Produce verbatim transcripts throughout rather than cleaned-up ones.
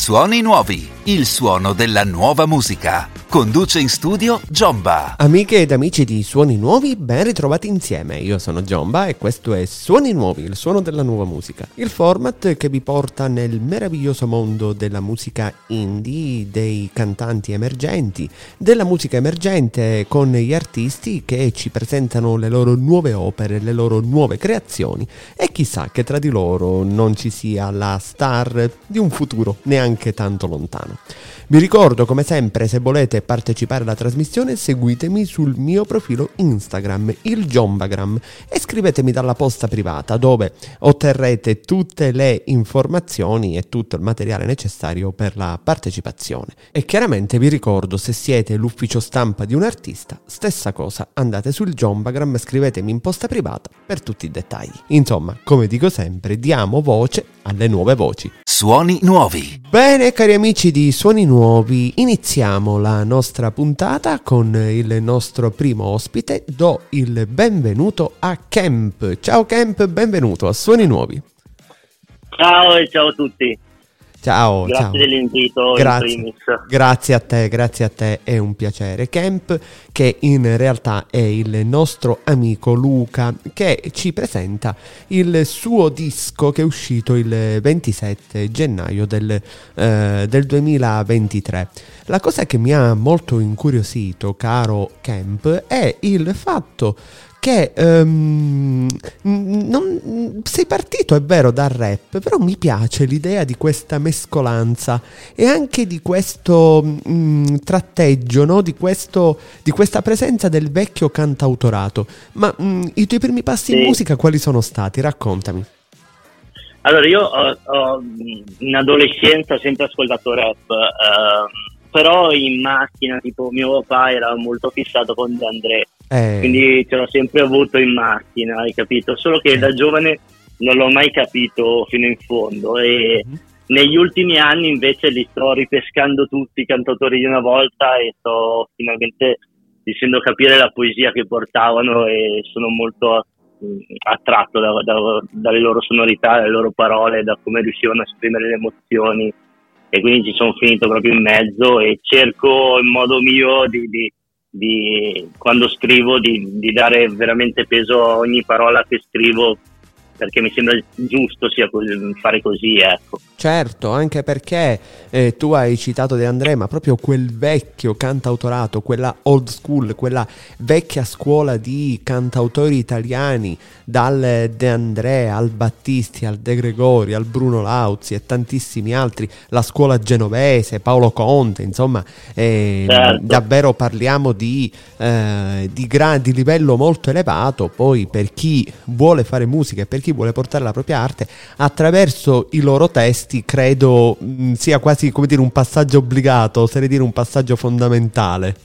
Suoni nuovi, il suono della nuova musica. Conduce in studio Giomba. Amiche ed amici di Suoni Nuovi, ben ritrovati insieme. Io sono Giomba e questo è Suoni Nuovi, il suono della nuova musica. Il format che vi porta nel meraviglioso mondo della musica indie, dei cantanti emergenti, della musica emergente con gli artisti che ci presentano le loro nuove opere, le loro nuove creazioni e chissà che tra di loro non ci sia la star di un futuro neanche tanto lontano. Vi ricordo come sempre, se volete partecipare alla trasmissione seguitemi sul mio profilo Instagram, il Giombagram, e scrivetemi dalla posta privata dove otterrete tutte le informazioni e tutto il materiale necessario per la partecipazione. E chiaramente vi ricordo, se siete l'ufficio stampa di un artista, stessa cosa, andate sul Giombagram e scrivetemi in posta privata per tutti i dettagli. Insomma, come dico sempre, diamo voce alle nuove voci. Suoni nuovi. Bene, cari amici di Suoni Nuovi, iniziamo la nostra puntata con il nostro primo ospite. Do il benvenuto a Kemp. Ciao Kemp, benvenuto a Suoni Nuovi. Ciao e ciao a tutti. Ciao, grazie ciao. dell'invito. Grazie, grazie a te, grazie a te, è un piacere. Kemp, che in realtà è il nostro amico Luca, che ci presenta il suo disco che è uscito il ventisette gennaio del, eh, del duemilaventitré. La cosa che mi ha molto incuriosito, caro Kemp, è il fatto che um, non, sei partito, è vero, dal rap, però mi piace l'idea di questa mescolanza e anche di questo um, tratteggio, no? di, questo, di questa presenza del vecchio cantautorato. Ma um, i tuoi primi passi sì. in musica quali sono stati? Raccontami. Allora, io ho, ho, in adolescenza ho sempre ascoltato rap, uh, però in macchina, tipo mio papà era molto fissato con De André. Eh. Quindi ce l'ho sempre avuto in macchina, hai capito? Solo che eh. da giovane non l'ho mai capito fino in fondo e mm-hmm. negli ultimi anni invece li sto ripescando tutti i cantautori di una volta e sto finalmente riuscendo a capire la poesia che portavano e sono molto attratto da, da, dalle loro sonorità, dalle loro parole, da come riuscivano a esprimere le emozioni, e quindi ci sono finito proprio in mezzo e cerco in modo mio di, di Di, quando scrivo di, di dare veramente peso a ogni parola che scrivo, perché mi sembra giusto sia così, fare così, ecco. Certo, anche perché eh, tu hai citato De André, ma proprio quel vecchio cantautorato, quella old school, quella vecchia scuola di cantautori italiani, dal De André al Battisti, al De Gregori, al Bruno Lauzi e tantissimi altri, la scuola genovese, Paolo Conte, insomma, eh, certo. davvero parliamo di, eh, di, gra- di livello molto elevato. Poi per chi vuole fare musica e per chi vuole portare la propria arte attraverso i loro testi, credo mh, sia quasi, come dire, un passaggio obbligato, oserei dire un passaggio fondamentale.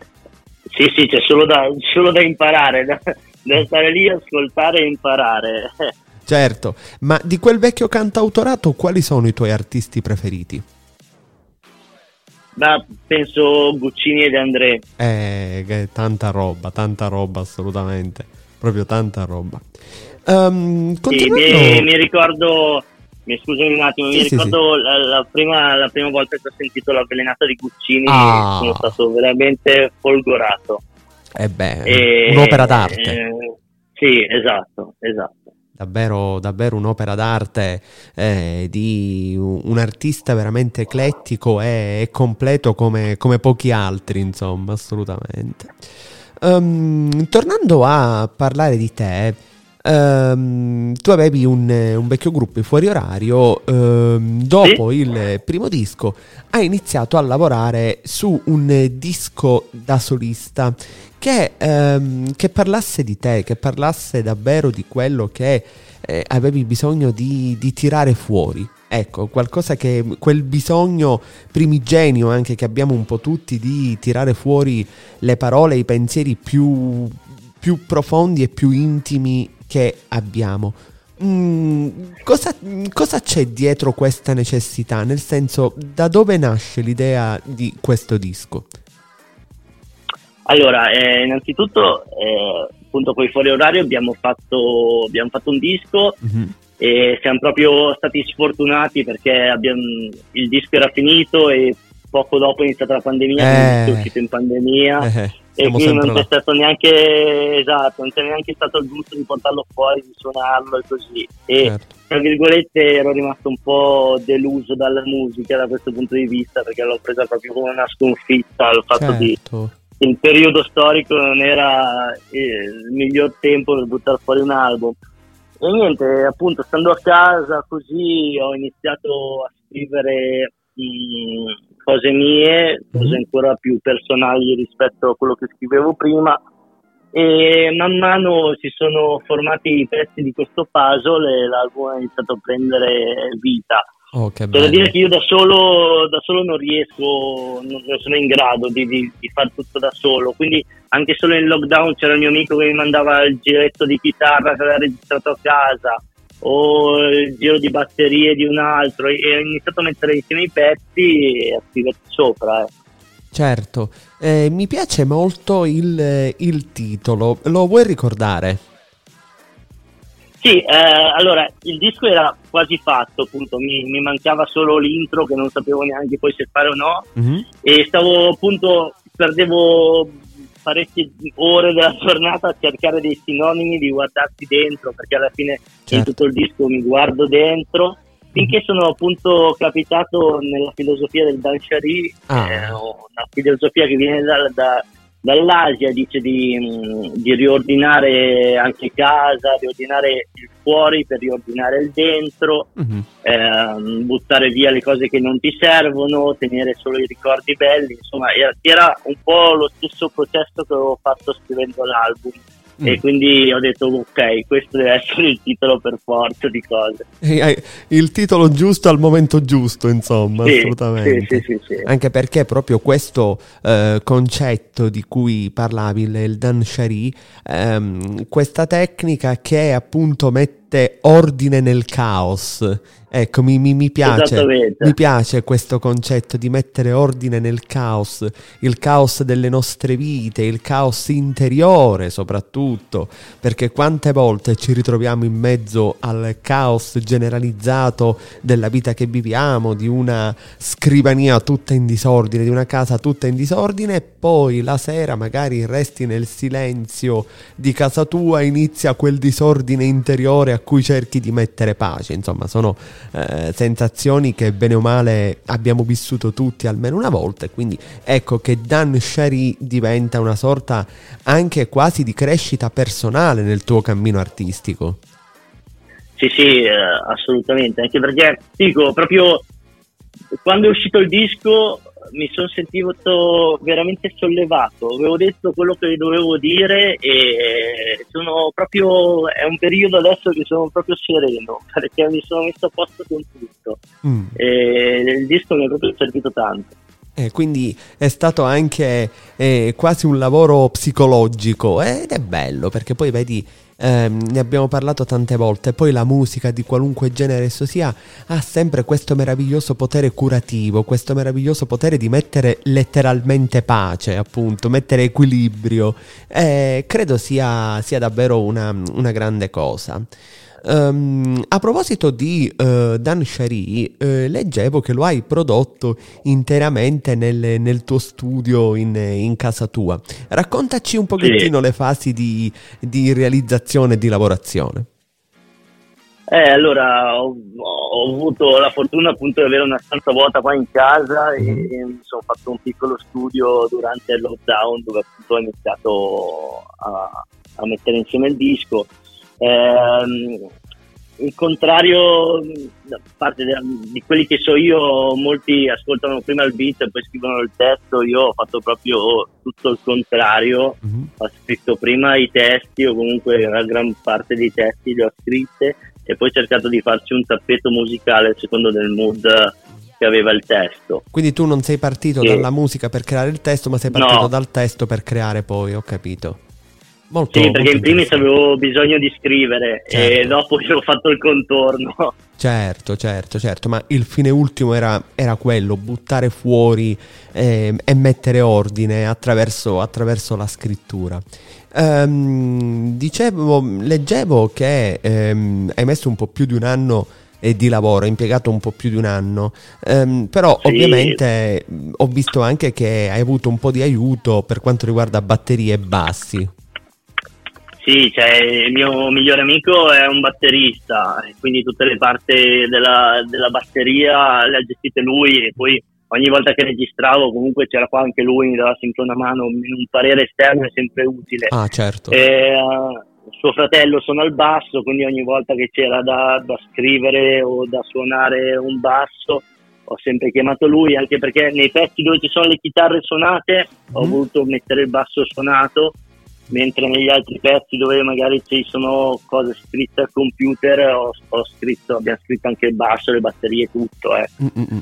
Sì, sì, c'è solo da, solo da imparare, da, da stare lì, ascoltare e imparare. Certo, ma di quel vecchio cantautorato quali sono i tuoi artisti preferiti? Beh, penso Guccini e De André. Eh, che tanta roba, tanta roba, assolutamente, proprio tanta roba. Um, sì, mi, mi ricordo, mi scusami un attimo, sì, mi sì, ricordo sì. La, la, prima, la prima volta che ho sentito l'avvelenata di Guccini, ah. sono stato veramente folgorato. Eh beh, e, un'opera d'arte. Eh, sì, esatto, esatto. Davvero, davvero un'opera d'arte eh, di un artista veramente eclettico e, e completo come, come pochi altri, insomma, assolutamente. Um, tornando a parlare di te, Um, tu avevi un, un vecchio gruppo, i Fuori Orario. Um, dopo sì. il primo disco hai iniziato a lavorare su un disco da solista che, um, che parlasse di te, che parlasse davvero di quello che eh, avevi bisogno di, di tirare fuori. Ecco, qualcosa che, quel bisogno primigenio anche che abbiamo un po' tutti di tirare fuori le parole, i pensieri più, più profondi e più intimi che abbiamo. Mm, cosa, cosa c'è dietro questa necessità? Nel senso, da dove nasce l'idea di questo disco? Allora, eh, innanzitutto, eh, appunto con i Fuori Orario abbiamo fatto, abbiamo fatto un disco, mm-hmm. e siamo proprio stati sfortunati perché abbiamo, il disco era finito e poco dopo è iniziata la pandemia, eh, è uscito in pandemia eh, e quindi non c'è là. stato neanche esatto, non c'è neanche stato il gusto di portarlo fuori, di suonarlo e così, e certo. Tra virgolette ero rimasto un po' deluso dalla musica da questo punto di vista, perché l'ho presa proprio come una sconfitta il fatto certo. di il periodo storico non era il miglior tempo per buttare fuori un album. E niente, appunto, stando a casa così ho iniziato a scrivere mh, cose mie, cose mm-hmm. ancora più personali rispetto a quello che scrivevo prima, e man mano si sono formati i pezzi di questo puzzle e l'album ha iniziato a prendere vita. Oh, che C'è da dire che io da solo, da solo non riesco, non sono in grado di, di, di fare tutto da solo, quindi anche solo in lockdown c'era il mio amico che mi mandava il giretto di chitarra che aveva registrato a casa o il giro di batterie di un altro, e ho iniziato a mettere insieme i pezzi e a scriverci sopra. Eh. Certo, eh, mi piace molto il, il titolo, lo vuoi ricordare? Sì, eh, allora il disco era quasi fatto, appunto, mi, mi mancava solo l'intro che non sapevo neanche poi se fare o no, mm-hmm. e stavo appunto, perdevo parecchie ore della giornata a cercare dei sinonimi, di guardarsi dentro, perché alla fine certo. in tutto il disco mi guardo dentro, finché sono appunto capitato nella filosofia del Danshari, ah. eh, una filosofia che viene da, da dall'Asia, dice di, di riordinare anche casa, riordinare il fuori per riordinare il dentro, uh-huh. eh, buttare via le cose che non ti servono, tenere solo i ricordi belli, insomma era, era un po' lo stesso processo che avevo fatto scrivendo l'album. Mm. E quindi ho detto ok, questo deve essere il titolo per forza di cose. Il titolo giusto al momento giusto, insomma, sì, assolutamente. Sì, sì, sì, sì. Anche perché proprio questo eh, concetto di cui parlavi, il Danshari, ehm, questa tecnica che appunto mette ordine nel caos. Ecco, mi, mi, mi piace mi piace questo concetto di mettere ordine nel caos, il caos delle nostre vite, il caos interiore soprattutto, perché quante volte ci ritroviamo in mezzo al caos generalizzato della vita che viviamo, di una scrivania tutta in disordine, di una casa tutta in disordine, e poi la sera magari resti nel silenzio di casa tua, inizia quel disordine interiore a cui cerchi di mettere pace. Insomma, sono Eh, sensazioni che bene o male abbiamo vissuto tutti almeno una volta, e quindi ecco che Danshari diventa una sorta anche quasi di crescita personale nel tuo cammino artistico. Sì, sì, eh, assolutamente, anche perché dico, proprio quando è uscito il disco mi sono sentito veramente sollevato, avevo detto quello che dovevo dire e sono proprio, è un periodo adesso che sono proprio sereno, perché mi sono messo a posto con tutto, mm. e il disco mi è proprio servito tanto. Eh, quindi è stato anche eh, quasi un lavoro psicologico, ed è bello perché poi vedi, eh, ne abbiamo parlato tante volte, poi la musica di qualunque genere esso sia ha sempre questo meraviglioso potere curativo, questo meraviglioso potere di mettere letteralmente pace, appunto, mettere equilibrio, e credo sia, sia davvero una, una grande cosa. Um, a proposito di uh, Danshari, uh, leggevo che lo hai prodotto interamente nel, nel tuo studio in, in casa tua. Raccontaci un pochettino sì. le fasi di, di realizzazione e di lavorazione. Eh, allora ho, ho avuto la fortuna appunto di avere una stanza vuota qua in casa mm. e, e mi sono fatto un piccolo studio durante il lockdown, dove appunto ho iniziato a, a mettere insieme il disco. Eh, il contrario, da parte de, di quelli che so io, molti ascoltano prima il beat e poi scrivono il testo. Io ho fatto proprio tutto il contrario, mm-hmm. ho scritto prima i testi, o comunque la gran parte dei testi li ho scritte, e poi ho cercato di farci un tappeto musicale secondo del mood che aveva il testo. Quindi tu non sei partito sì. dalla musica per creare il testo, ma sei partito no. dal testo per creare poi, ho capito. Molto, sì, perché molto in primis avevo bisogno di scrivere, certo. e dopo io ho fatto il contorno. Certo, certo, certo, ma il fine ultimo era, era quello, buttare fuori eh, e mettere ordine attraverso, attraverso la scrittura. Um, dicevo, leggevo che um, hai messo un po' più di un anno eh, di lavoro, hai impiegato un po' più di un anno, um, però sì. Ovviamente ho visto anche che hai avuto un po' di aiuto per quanto riguarda batterie e bassi. Sì, cioè il mio migliore amico è un batterista, quindi tutte le parti della, della batteria le ha gestite lui, e poi ogni volta che registravo comunque c'era qua anche lui, mi dava sempre una mano, un parere esterno è sempre utile. Ah, certo. E, uh, suo fratello suona il basso, quindi ogni volta che c'era da, da scrivere o da suonare un basso ho sempre chiamato lui, anche perché nei pezzi dove ci sono le chitarre suonate mm. ho voluto mettere il basso suonato, mentre negli altri pezzi dove magari ci sono cose scritte al computer ho, ho scritto, abbiamo scritto anche il basso, le batterie, tutto. Eh.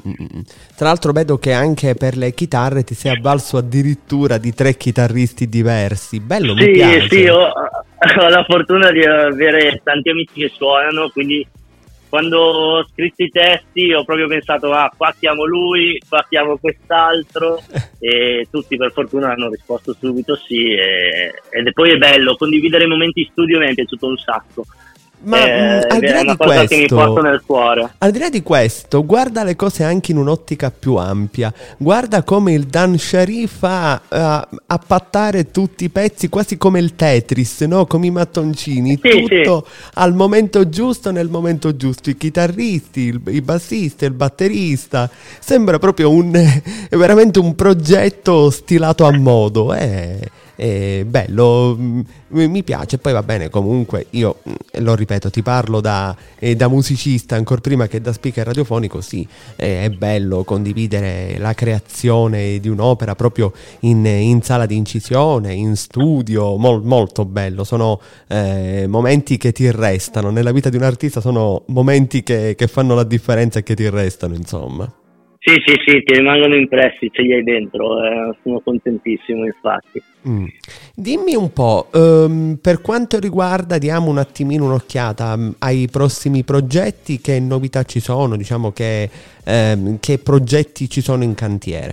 Tra l'altro vedo che anche per le chitarre ti sei avvalso addirittura di tre chitarristi diversi. Bello, sì, mi piace. Sì, ho, ho la fortuna di avere tanti amici che suonano, quindi quando ho scritto i testi ho proprio pensato, ah, qua chiamo lui, qua chiamo quest'altro, e tutti per fortuna hanno risposto subito sì, e, ed poi è bello, condividere i momenti in studio mi è piaciuto un sacco. Ma eh, al di là è una di cosa questo, che mi porto nel cuore. Al di là di questo, guarda le cose anche in un'ottica più ampia. Guarda come il Dan Shari fa uh, appattare tutti i pezzi quasi come il Tetris, no? Come i mattoncini, sì, tutto sì. al momento giusto, nel momento giusto. I chitarristi, il, i bassisti, il batterista. Sembra proprio un è veramente un progetto stilato a modo, eh. È bello, mi piace. Poi va bene, comunque io lo ripeto, ti parlo da, eh, da musicista ancora prima che da speaker radiofonico. Sì, eh, è bello condividere la creazione di un'opera proprio in, in sala di incisione, in studio, mol, molto bello. Sono eh, momenti che ti restano nella vita di un artista, sono momenti che, che fanno la differenza e che ti restano, insomma. Sì, sì, sì, ti rimangono impressi, ce li hai dentro, eh, sono contentissimo infatti. Mm. Dimmi un po', um, per quanto riguarda, diamo un attimino un'occhiata um, ai prossimi progetti, che novità ci sono, diciamo che, um, che progetti ci sono in cantiere?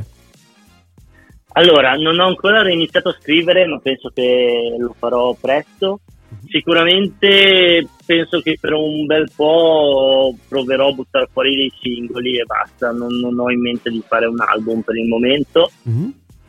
Allora, non ho ancora iniziato a scrivere, ma penso che lo farò presto. Sicuramente penso che per un bel po' proverò a buttare fuori dei singoli e basta, non, non ho in mente di fare un album per il momento. Mm-hmm.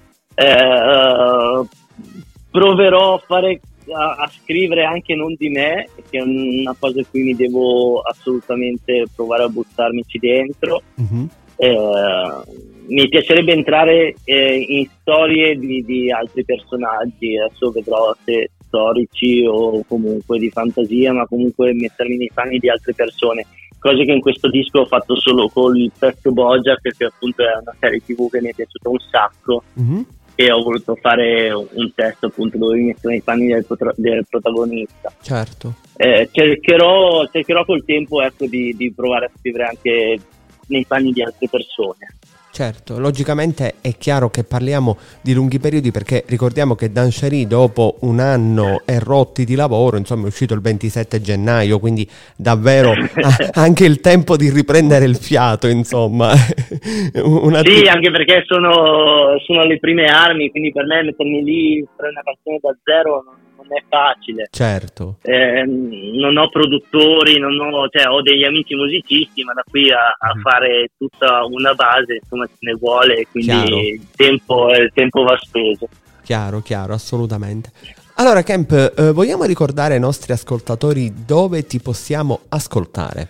eh, proverò a fare a, a scrivere anche non di me, che è una cosa in cui mi devo assolutamente provare a buttarmici dentro. Mm-hmm. eh, mi piacerebbe entrare eh, in storie di, di altri personaggi, adesso vedrò se storici o comunque di fantasia, ma comunque mettermi nei panni di altre persone, cose che in questo disco ho fatto solo con il Pet Bojack, che appunto è una serie tv che mi è piaciuta un sacco. Mm-hmm. E ho voluto fare un testo appunto dove mi metto nei panni del, del protagonista. Certo. Eh, cercherò, cercherò col tempo, ecco, di, di provare a scrivere anche nei panni di altre persone. Certo, logicamente è chiaro che parliamo di lunghi periodi, perché ricordiamo che Dan Shari dopo un anno e rotti di lavoro, insomma, è uscito il ventisette gennaio, quindi davvero ha anche il tempo di riprendere il fiato, insomma. Una sì, t- anche perché sono, sono alle prime armi, quindi per me mettermi lì, fare una canzone da zero non, non è facile. Certo. Eh, non ho produttori, non ho, cioè, ho degli amici musicisti, ma da qui a, a mm. fare tutta una base, insomma, ce ne vuole, quindi chiaro. il tempo, il tempo va speso. Chiaro, chiaro, assolutamente. Allora, Kemp, eh, vogliamo ricordare ai nostri ascoltatori dove ti possiamo ascoltare?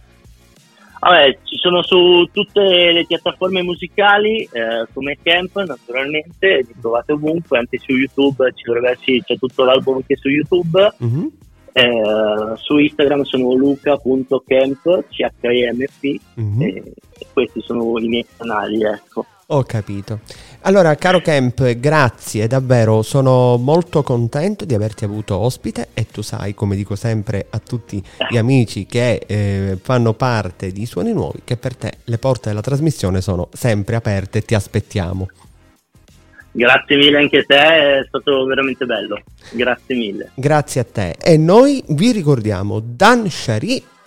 Vabbè, ci sono su tutte le piattaforme musicali, eh, come Kemp, naturalmente, li trovate ovunque, anche su YouTube, ci dovrebbe essere, c'è tutto l'album anche su YouTube. Mm-hmm. Eh, su Instagram sono luca punto camp, C H I M P, mm-hmm. e questi sono i miei canali, ecco. Ho capito. Allora, caro Kemp, grazie, davvero, sono molto contento di averti avuto ospite, e tu sai, come dico sempre a tutti gli amici che eh, fanno parte di Suoni Nuovi, che per te le porte della trasmissione sono sempre aperte e ti aspettiamo. Grazie mille anche a te, è stato veramente bello, grazie mille. Grazie a te, e noi vi ricordiamo Dan Shari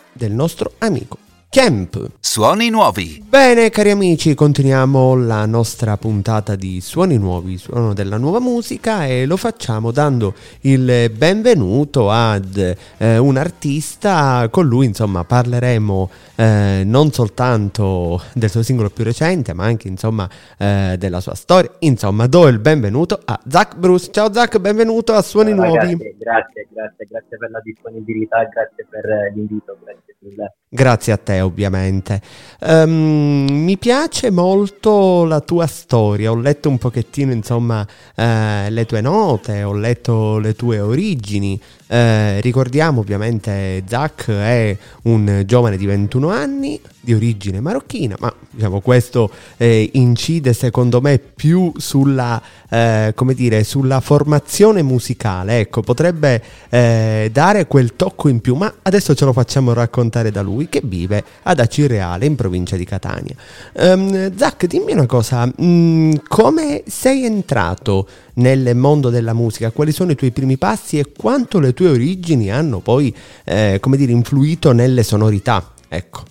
del nostro amico Kemp. Suoni nuovi. Bene cari amici, continuiamo la nostra puntata di Suoni Nuovi, suono della nuova musica, e lo facciamo dando il benvenuto ad eh, un artista. Con lui insomma parleremo eh, non soltanto del suo singolo più recente, ma anche insomma eh, della sua storia. Insomma, do il benvenuto a Zach Bruce. Ciao Zach, benvenuto a Suoni Ciao, Nuovi. Ragazzi, grazie, grazie, grazie per la disponibilità, grazie per l'invito, grazie mille. Grazie a te ovviamente. Um, mi piace molto la tua storia, ho letto un pochettino insomma eh, le tue note, ho letto le tue origini. Eh, ricordiamo ovviamente Zach è un giovane di ventuno anni di origine marocchina, ma diciamo questo eh, incide secondo me più sulla eh, come dire sulla formazione musicale, ecco, potrebbe eh, dare quel tocco in più, ma adesso ce lo facciamo raccontare da lui che vive ad Acireale in provincia di Catania. um, Zach, dimmi una cosa, mh, come sei entrato nel mondo della musica, quali sono i tuoi primi passi e quanto le tue origini hanno poi eh, come dire influito nelle sonorità, ecco.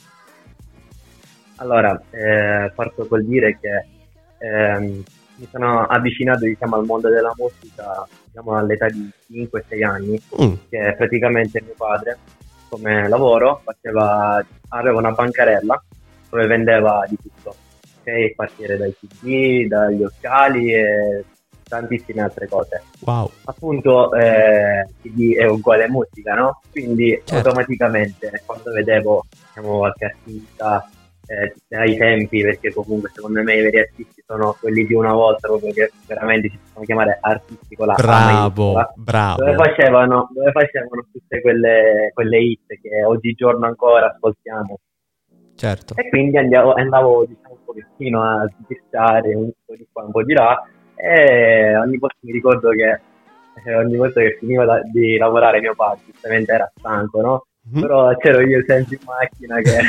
Allora, eh, parto col dire che ehm, mi sono avvicinato diciamo al mondo della musica diciamo all'età di cinque sei anni, mm. che praticamente mio padre come lavoro faceva, aveva una bancarella dove vendeva di tutto, ok? Partire dai C D, dagli occhiali e tantissime altre cose. Wow. Appunto eh, C D è uguale a musica, no? Quindi certo. Automaticamente quando vedevo diciamo qualche artista eh, ai tempi, perché comunque secondo me i veri artisti sono quelli di una volta, proprio che veramente si possono chiamare artisti con la bravo, A, bravo. Dove facevano, dove facevano tutte quelle, quelle hit che oggigiorno ancora ascoltiamo. Certo. E quindi andavo, andavo diciamo un pochettino a sbirciare un po' di qua, un po' di là, e ogni volta mi ricordo che eh, ogni volta che finiva da, di lavorare mio padre giustamente era stanco, no? Mm-hmm. Però c'ero io sempre in macchina che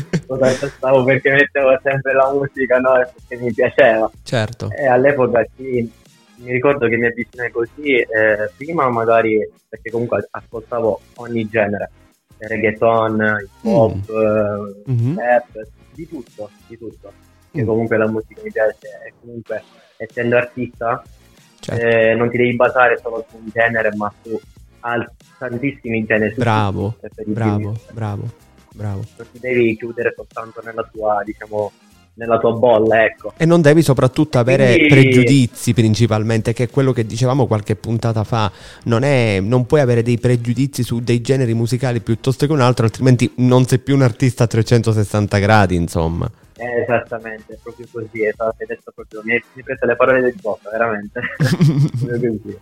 stavo perché mettevo sempre la musica, no? Perché mi piaceva. Certo. E all'epoca sì, mi ricordo che mi avvicinai così, eh, prima magari perché comunque ascoltavo ogni genere, reggaeton, hip hop, mm-hmm. rap, di tutto, di tutto. Che comunque la musica mi piace e comunque essendo artista certo. eh, non ti devi basare solo su un genere ma su alt- tantissimi generi. Bravo, bravo, bravo, bravo. Non ti devi chiudere soltanto nella tua, diciamo, nella tua bolla, ecco. E non devi soprattutto avere Quindi... pregiudizi principalmente, che è quello che dicevamo qualche puntata fa. Non è, non puoi avere dei pregiudizi su dei generi musicali piuttosto che un altro, altrimenti non sei più un artista a trecentosessanta gradi, insomma. Eh, esattamente, proprio così, esatto, hai detto proprio, mi hai preso le parole del gioco, veramente. Così.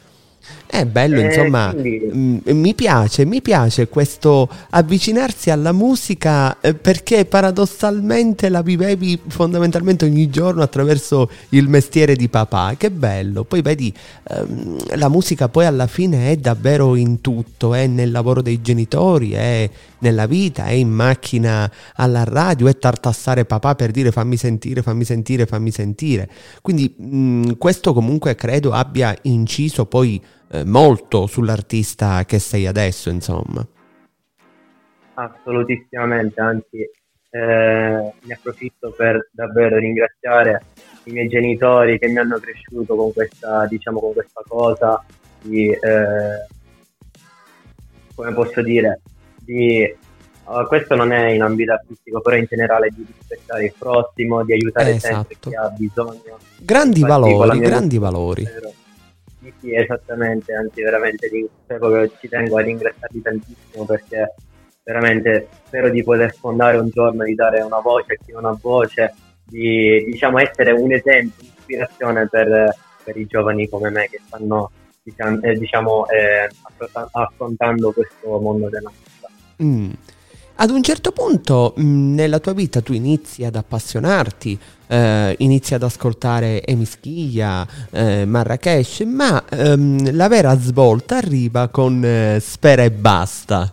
È bello, eh, insomma, quindi... m- mi piace, mi piace questo avvicinarsi alla musica eh, perché paradossalmente la vivevi fondamentalmente ogni giorno attraverso il mestiere di papà. Che bello, poi vedi ehm, la musica poi alla fine è davvero in tutto, è nel lavoro dei genitori, è nella vita, è in macchina alla radio, è tartassare papà per dire fammi sentire, fammi sentire, fammi sentire. Quindi mh, questo comunque credo abbia inciso poi eh, molto sull'artista che sei adesso, insomma. Assolutissimamente, anzi eh, ne approfitto per davvero ringraziare i miei genitori che mi hanno cresciuto con questa, diciamo, con questa cosa di eh, come posso dire di uh, questo non è in ambito artistico, però in generale di rispettare il prossimo, di aiutare esatto. sempre chi ha bisogno. Grandi infatti, valori, grandi valori. Sì, sì, esattamente, anzi veramente ci tengo a ringraziarli tantissimo perché veramente spero di poter sfondare un giorno, di dare una voce a chi non ha voce, di diciamo essere un esempio, un'ispirazione per, per i giovani come me che stanno diciamo, eh, diciamo eh, affrontando questo mondo della musica. Mm. Ad un certo punto mh, nella tua vita tu inizi ad appassionarti, eh, inizi ad ascoltare Emischia, eh, Marrakesh, ma ehm, la vera svolta arriva con eh, Sfera Ebbasta.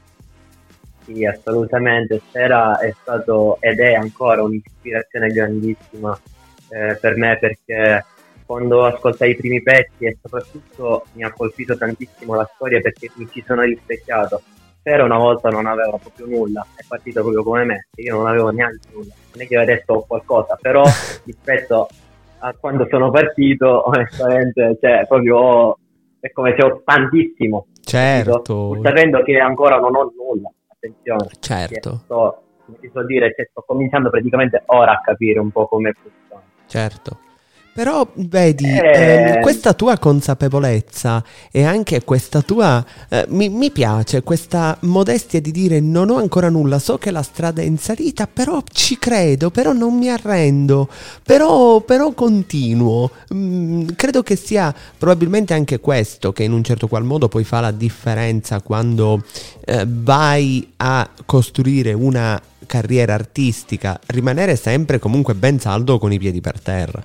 Sì, assolutamente. Sfera è stato ed è ancora un'ispirazione grandissima eh, per me, perché quando ascoltai i primi pezzi e soprattutto mi ha colpito tantissimo la storia perché mi ci sono rispecchiato. Sfera una volta non aveva proprio nulla, è partito proprio come me, io non avevo neanche nulla, non è che adesso ho qualcosa, però rispetto a quando sono partito, onestamente, cioè proprio è come se ho tantissimo, certo, pur sapendo che ancora non ho nulla, attenzione, certo, sto, come ti so dire, cioè, sto cominciando praticamente ora a capire un po' come funziona. Certo. Però vedi, eh... ehm, questa tua consapevolezza e anche questa tua, eh, mi, mi piace questa modestia di dire non ho ancora nulla, so che la strada è in salita, però ci credo, però non mi arrendo, però, però continuo. Mm, credo che sia probabilmente anche questo che in un certo qual modo poi fa la differenza quando eh, vai a costruire una carriera artistica, rimanere sempre comunque ben saldo con i piedi per terra.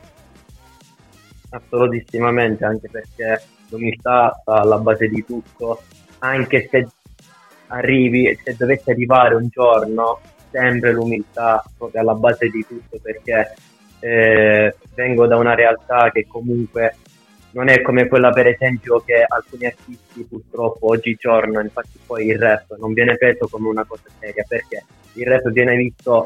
Assolutissimamente, anche perché l'umiltà sta alla base di tutto, anche se arrivi, se dovesse arrivare un giorno, sempre l'umiltà proprio alla base di tutto, perché eh, vengo da una realtà che comunque non è come quella per esempio che alcuni artisti purtroppo oggigiorno, infatti poi il rap non viene preso come una cosa seria, perché il rap viene visto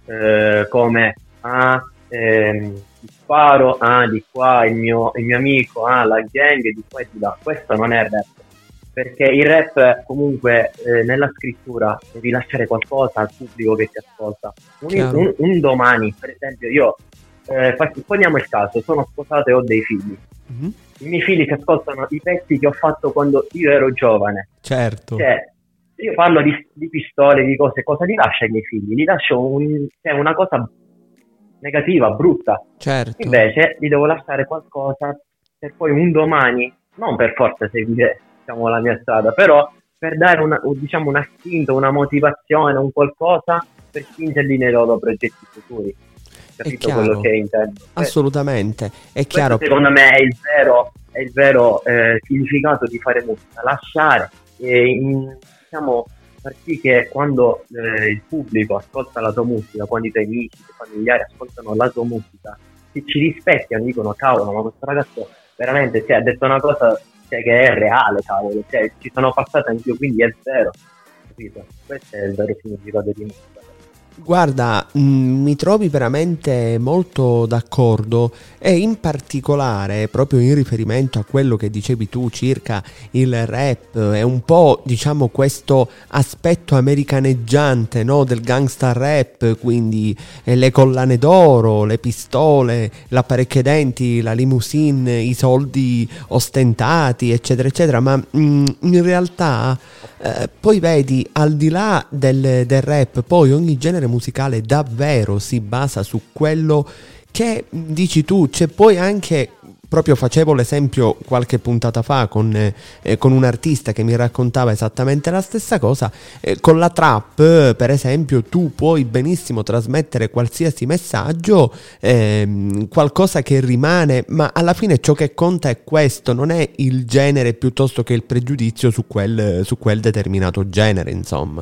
eh, come ah, ehm, sparo, ah di qua il mio, il mio amico, ah la gang di qua e di là. Questo non è rap, perché il rap comunque eh, nella scrittura devi lasciare qualcosa al pubblico che ti ascolta. Un, un, un domani, per esempio, io eh, poniamo il caso, sono sposato e ho dei figli. Mm-hmm. I miei figli si ascoltano i pezzi che ho fatto quando io ero giovane. Certo. Cioè, io parlo di, di pistole, di cose, cosa li lascio ai miei figli? Li lascio un, cioè una cosa negativa, brutta. Certo. Invece gli devo lasciare qualcosa per poi un domani, non per forza seguire, diciamo, la mia strada, però per dare una, diciamo, una spinta, una motivazione, un qualcosa per spingerli nei loro progetti futuri. Capito quello che intendo? Assolutamente, è chiaro. Questo, secondo me è il vero, è il vero eh, significato di fare musica, lasciare e in, diciamo far sì che quando eh, il pubblico ascolta la tua musica, quando i tuoi amici, i tuoi familiari ascoltano la tua musica, si ci rispecchiano, dicono cavolo, ma questo ragazzo veramente cioè, ha detto una cosa cioè, che è reale, cavolo, cioè, ci sono passato anch'io, quindi è vero, capito? Questo è il vero significato di musica. Guarda, mh, mi trovi veramente molto d'accordo e in particolare proprio in riferimento a quello che dicevi tu circa il rap e un po' diciamo questo aspetto americaneggiante, no, del gangsta rap, quindi eh, le collane d'oro, le pistole, l'apparecchio denti, la limousine, i soldi ostentati eccetera eccetera, ma mh, in realtà eh, poi vedi al di là del, del rap poi ogni genere musicale davvero si basa su quello che dici tu. C'è poi anche, proprio facevo l'esempio qualche puntata fa con, eh, con un artista che mi raccontava esattamente la stessa cosa, eh, con la trap per esempio tu puoi benissimo trasmettere qualsiasi messaggio, ehm, qualcosa che rimane, ma alla fine ciò che conta è questo, non è il genere piuttosto che il pregiudizio su quel, su quel determinato genere, insomma.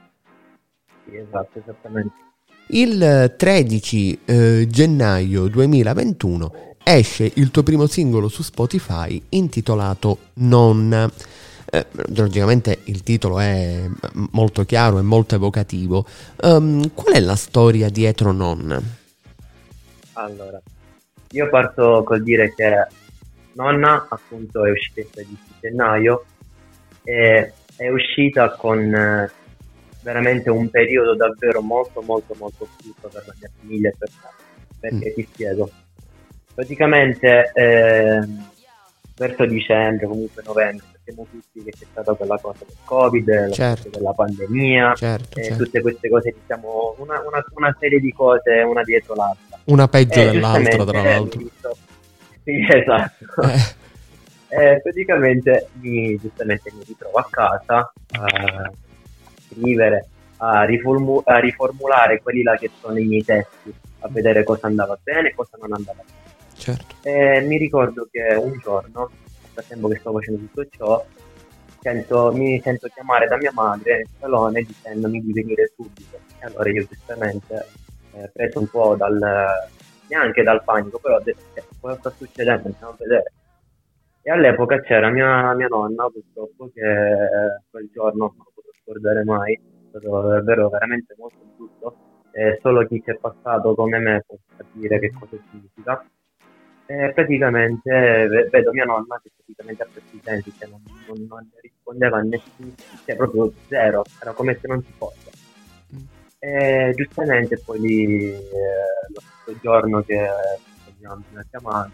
Esatto, esattamente. Il tredici eh, gennaio duemilaventuno esce il tuo primo singolo su Spotify intitolato Nonna. Eh, logicamente il titolo è molto chiaro e molto evocativo. Um, qual è la storia dietro Nonna? Allora, io parto col dire che Nonna appunto è uscita il tredici gennaio e è uscita con eh, veramente un periodo davvero molto molto molto brutto per la mia famiglia e per me, perché mm. ti spiego. Praticamente eh, verso dicembre, comunque novembre, sappiamo tutti che c'è stata quella cosa del Covid, la certo. cosa della pandemia, certo, e certo. tutte queste cose, diciamo, una, una, una serie di cose una dietro l'altra. Una peggio e dell'altra, tra l'altro. Visto... Sì, esatto. Eh. Eh, praticamente mi, giustamente mi ritrovo a casa a scrivere, a, riformu- a riformulare quelli là che sono i miei testi, a vedere cosa andava bene e cosa non andava bene. Certo. E mi ricordo che un giorno, nel frattempo che stavo facendo tutto ciò, sento, mi sento chiamare da mia madre nel salone dicendomi di venire subito. E allora io giustamente, eh, preso un po' dal, neanche dal panico, però ho detto, eh, cosa sta succedendo? Andiamo a vedere. E all'epoca c'era mia, mia nonna, purtroppo, che eh, quel giorno non ho potuto scordare mai, è stato davvero veramente molto brutto, eh, solo chi ci è passato come me può capire che cosa significa. E praticamente v- vedo mia nonna che praticamente a questi tempi cioè, non, non, non rispondeva a nessuno, cioè proprio zero, era come se non ci fosse. E giustamente poi lì, eh, lo stesso giorno che abbiamo chiamato,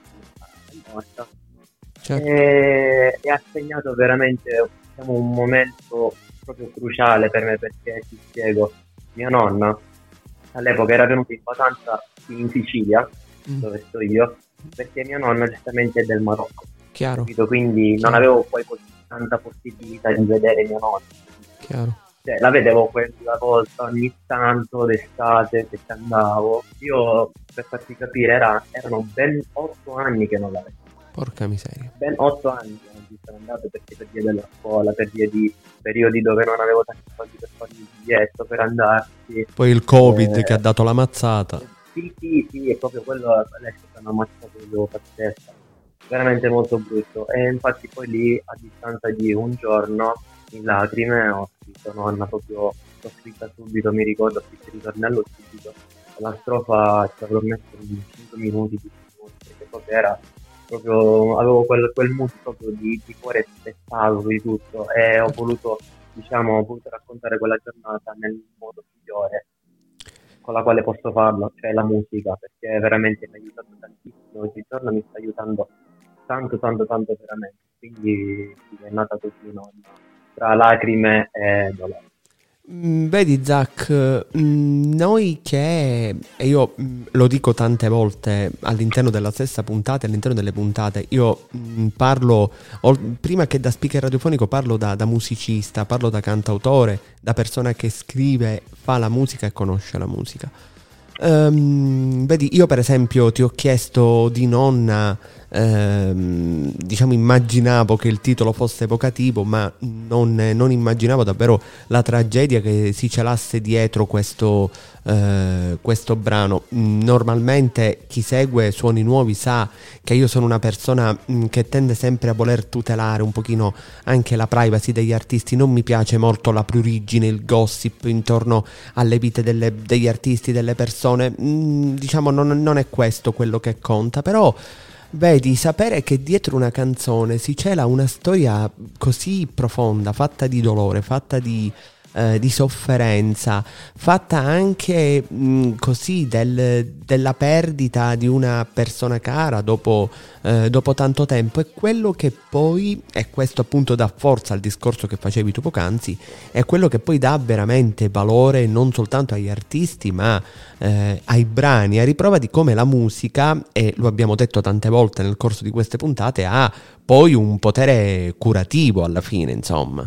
è morta. Certo. E, e ha segnato veramente diciamo, un momento proprio cruciale per me, perché ti spiego, mia nonna all'epoca era venuta in vacanza in Sicilia, Mm. dove sto io, perché mia nonna giustamente è del Marocco, Chiaro, capito? Quindi non Chiaro. avevo poi così tanta possibilità di vedere mia nonna. chiaro. Cioè, la vedevo quella volta ogni tanto d'estate che ci andavo. Io, per farti capire, era- erano ben otto anni che non la vedevo. Porca miseria. Ben otto anni che non ci sono andato perché per via della scuola, per via di periodi dove non avevo tanti soldi per farmi il biglietto, per andarci. Poi il Covid Eh, che ha dato la mazzata. Sì, sì, sì, è proprio quello, lei è stata una mazzata proprio pazzesca, veramente molto brutto. E infatti poi lì, a distanza di un giorno, in lacrime, ho scritto nonna, proprio l'ho scritta subito, mi ricordo, ho scritto il ritornello subito. La strofa ci avrò messo in cinque minuti, dieci minuti, perché proprio era, proprio, avevo quel, quel mood proprio di, di cuore spezzato, di tutto, e ho voluto, diciamo, ho voluto raccontare quella giornata nel modo migliore con la quale posso farlo, cioè la musica, perché veramente mi ha aiutato tantissimo, oggigiorno mi sta aiutando tanto, tanto, tanto veramente, quindi sì, è nata così, no? Tra lacrime e dolore. Mm, Vedi Zach, mm, noi che, e io mm, lo dico tante volte all'interno della stessa puntata, all'interno delle puntate, io mm, parlo, ol- prima che da speaker radiofonico parlo da, da musicista, parlo da cantautore, da persona che scrive, fa la musica e conosce la musica. Ehm, vedi, io per esempio ti ho chiesto di nonna, ehm, diciamo immaginavo che il titolo fosse evocativo, ma non, non immaginavo davvero la tragedia che si celasse dietro questo, eh, questo brano. Mm, Normalmente chi segue Suoni Nuovi sa che io sono una persona mm, che tende sempre a voler tutelare un pochino anche la privacy degli artisti. Non mi piace molto la prurigine, il gossip intorno alle vite delle- degli artisti, delle persone. Mm, diciamo non, non è questo quello che conta, però vedi, sapere che dietro una canzone si cela una storia così profonda, fatta di dolore, fatta di, eh, di sofferenza, fatta anche mh, così del- della perdita di una persona cara dopo, eh, dopo tanto tempo, è quello che poi, e questo appunto dà forza al discorso che facevi tu poc'anzi, è quello che poi dà veramente valore non soltanto agli artisti, ma eh, ai brani, a riprova di come la musica, e lo abbiamo detto tante volte nel corso di queste puntate, ha poi un potere curativo alla fine, insomma.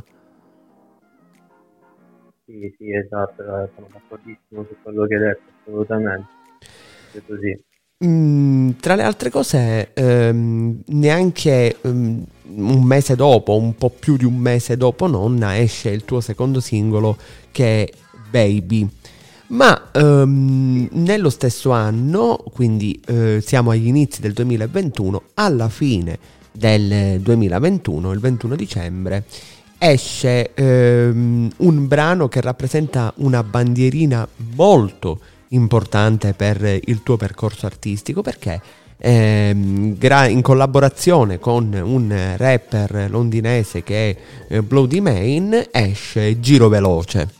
Sì, sì, esatto, eh, sono d'accordissimo su quello che hai detto, assolutamente, è così. Mm, tra le altre cose, ehm, neanche ehm, un mese dopo, un po' più di un mese dopo Nonna, esce il tuo secondo singolo che è Baby. Ma ehm, nello stesso anno, quindi eh, siamo agli inizi del duemilaventuno, alla fine del duemilaventuno, il ventuno dicembre, esce ehm, un brano che rappresenta una bandierina molto importante per il tuo percorso artistico, perché ehm, gra- in collaborazione con un rapper londinese che è eh, Bloody Main esce Giro Veloce.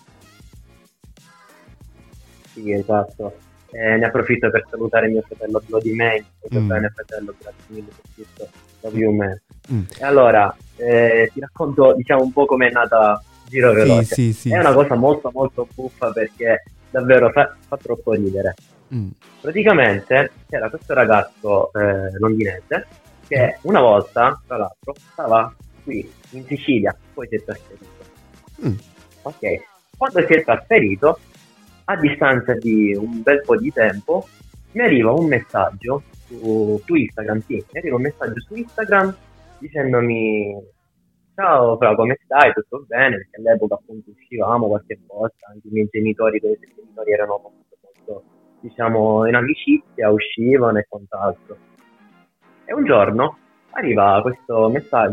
Sì, esatto. Eh, ne approfitto per salutare mio fratello Bloody Man. Tutto Mm. bene, fratello, grazie mille per tutto. Love you, man. Mm. E allora, eh, ti racconto, diciamo, un po' com'è nata Giro Sì, Veloce. sì, sì, È una sì. cosa molto, molto buffa perché davvero fa, fa troppo ridere. Mm. Praticamente c'era questo ragazzo eh, londinese che una volta, tra l'altro, stava qui in Sicilia, poi si è trasferito. Mm. Ok, quando si è trasferito, a distanza di un bel po' di tempo, mi arriva un messaggio su, su Instagram, sì, mi arriva un messaggio su Instagram dicendomi ciao Fra, come stai? Tutto bene? Perché all'epoca appunto uscivamo qualche volta, anche i miei genitori, perché i miei genitori erano molto, molto, diciamo, in amicizia, uscivano e quant'altro. E un giorno arriva questo messaggio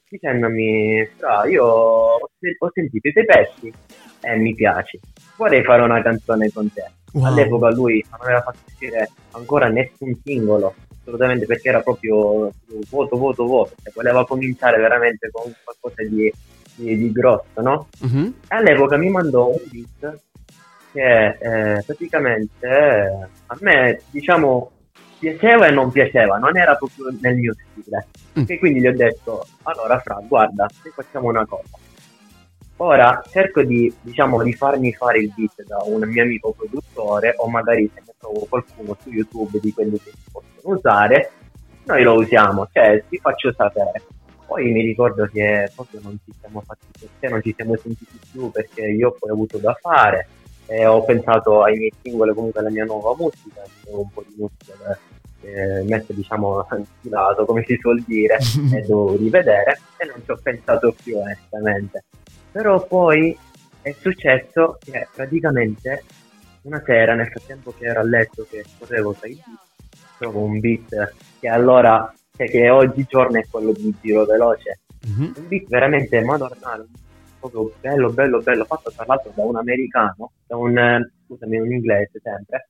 dicendomi, Fra, io ho, ho sentito i tuoi pezzi e mi piaci, vorrei fare una canzone con te. Wow. All'epoca lui non aveva fatto uscire ancora nessun singolo, assolutamente, perché era proprio vuoto, vuoto, vuoto, cioè voleva cominciare veramente con qualcosa di, di, di grosso, no? Mm-hmm. E all'epoca mi mandò un beat che eh, praticamente eh, a me, diciamo, piaceva e non piaceva, non era proprio nel mio stile. Mm. E quindi gli ho detto, allora Fra, guarda, se facciamo una cosa. Ora cerco di, diciamo, di farmi fare il beat da un mio amico produttore, o magari se ne trovo qualcuno su YouTube di quelli che si possono usare, noi lo usiamo, cioè ti faccio sapere. Poi mi ricordo che proprio non ci siamo fatti perché non ci siamo sentiti più, perché io poi ho avuto da fare e ho pensato ai miei singoli, comunque alla mia nuova musica, un po' di musica da eh, mettere, diciamo, infilato, come si suol dire, e devo rivedere, e non ci ho pensato più onestamente. Però poi è successo che praticamente una sera, nel frattempo che ero a letto, che correvo tra i beat, trovo un beat che allora, cioè che oggigiorno è quello di Giro Veloce, mm-hmm. un beat veramente madornale, proprio bello, bello, bello, fatto tra l'altro da un americano, da un, scusami, un inglese sempre,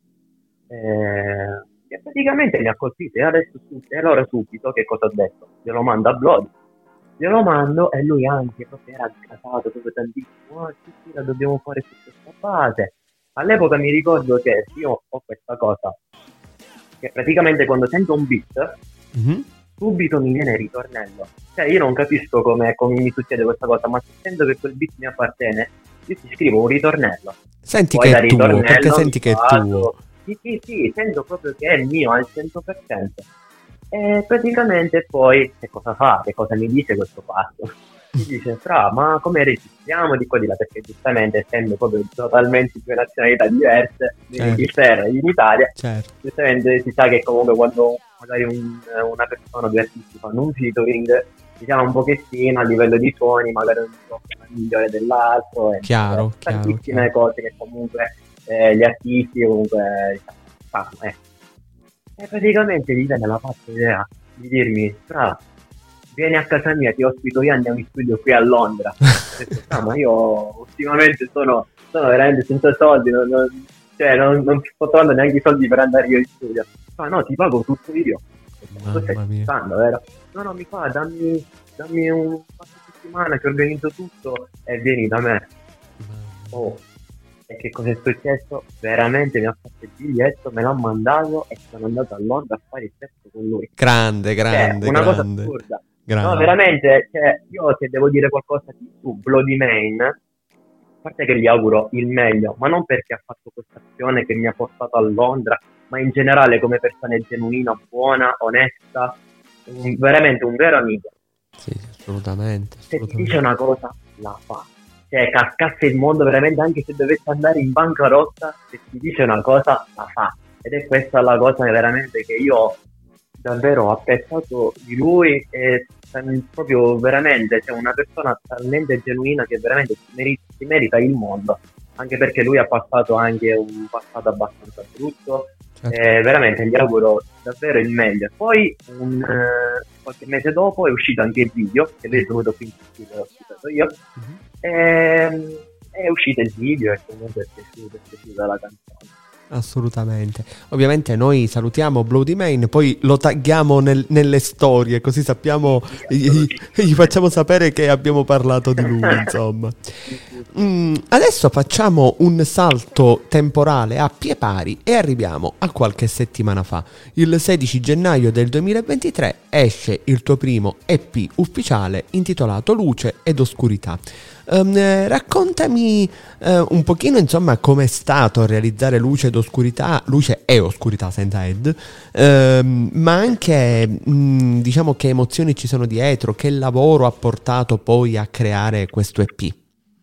eh, che praticamente mi ha colpito, e adesso e allora subito che cosa ho detto? Glielo mando a Bloody. Glielo mando e lui anche proprio era casato proprio tantissimo, oh, sì, sì, la dobbiamo fare su questa base. All'epoca mi ricordo che io ho questa cosa, che praticamente quando sento un beat, mm-hmm. subito mi viene il ritornello. Cioè io non capisco come, come mi succede questa cosa, ma se sento che quel beat mi appartiene, io ti scrivo un ritornello. Senti poi che è tuo, perché senti che è tuo. Sì, sì, sì, sento proprio che è mio al cento per cento. E praticamente poi che cosa fa? Che cosa mi dice questo fatto? Mi dice, Fra, ma come registriamo di qua di là? Perché giustamente essendo proprio totalmente due nazionalità diverse, certo. in Inghilterra e in Italia, certo. giustamente si sa che comunque quando magari un, una persona, due artisti fanno un featuring, diciamo un pochettino a livello di suoni, magari un po' migliore dell'altro, e chiaro, tantissime chiaro, cose che comunque eh, gli artisti comunque diciamo, fanno, eh. E praticamente gli viene la fatta idea di dirmi, Fra, vieni a casa mia, ti ospito io, andiamo in studio qui a Londra. Ho detto, ah, ma io ultimamente sono, sono veramente senza soldi, non, non, cioè non, non sto trovando neanche i soldi per andare io in studio. Ma no, ti pago tutto io. Cosa stai pensando, vero? No, no, mi fa, dammi, dammi un quattro settimane che organizzo tutto e vieni da me. Oh. E che cosa è successo? Veramente mi ha fatto il biglietto, me l'ha mandato e sono andato a Londra a fare il pezzo con lui. Grande, grande, cioè, una grande, cosa assurda. grande. No, veramente, cioè, io se devo dire qualcosa su Bloody Main, a parte che gli auguro il meglio, ma non perché ha fatto questa azione che mi ha portato a Londra, ma in generale come persona genuina, buona, onesta, un, veramente un vero amico. Sì, assolutamente, assolutamente. Se ti dice una cosa, la fa. Cioè, cascasse il mondo veramente, anche se dovesse andare in bancarotta, se ti dice una cosa, la fa. Ed è questa la cosa veramente che io davvero ho apprezzato di lui, e proprio veramente, cioè una persona talmente genuina che veramente si merita, si merita il mondo, anche perché lui ha passato anche un passato abbastanza brutto, certo. E veramente gli auguro davvero il meglio. Poi un, eh, qualche mese dopo è uscito anche il video, che lui è venuto qui in studio, l'ho citato io, mm-hmm. e, è uscito il video e comunque è piaciuto, è piaciuta la canzone. Assolutamente. Ovviamente noi salutiamo Bloody Main, poi lo tagghiamo nel, nelle storie, così sappiamo, gli, gli facciamo sapere che abbiamo parlato di lui, insomma. Mm, adesso facciamo un salto temporale a pie pari e arriviamo a qualche settimana fa. Il sedici gennaio del duemilaventitré esce il tuo primo E P ufficiale intitolato Luce ed Oscurità. Um, eh, raccontami uh, un pochino, insomma, com'è stato realizzare Luce ed Oscurità, Luce e Oscurità senza Ed, uh, ma anche mh, diciamo che emozioni ci sono dietro, che lavoro ha portato poi a creare questo E P.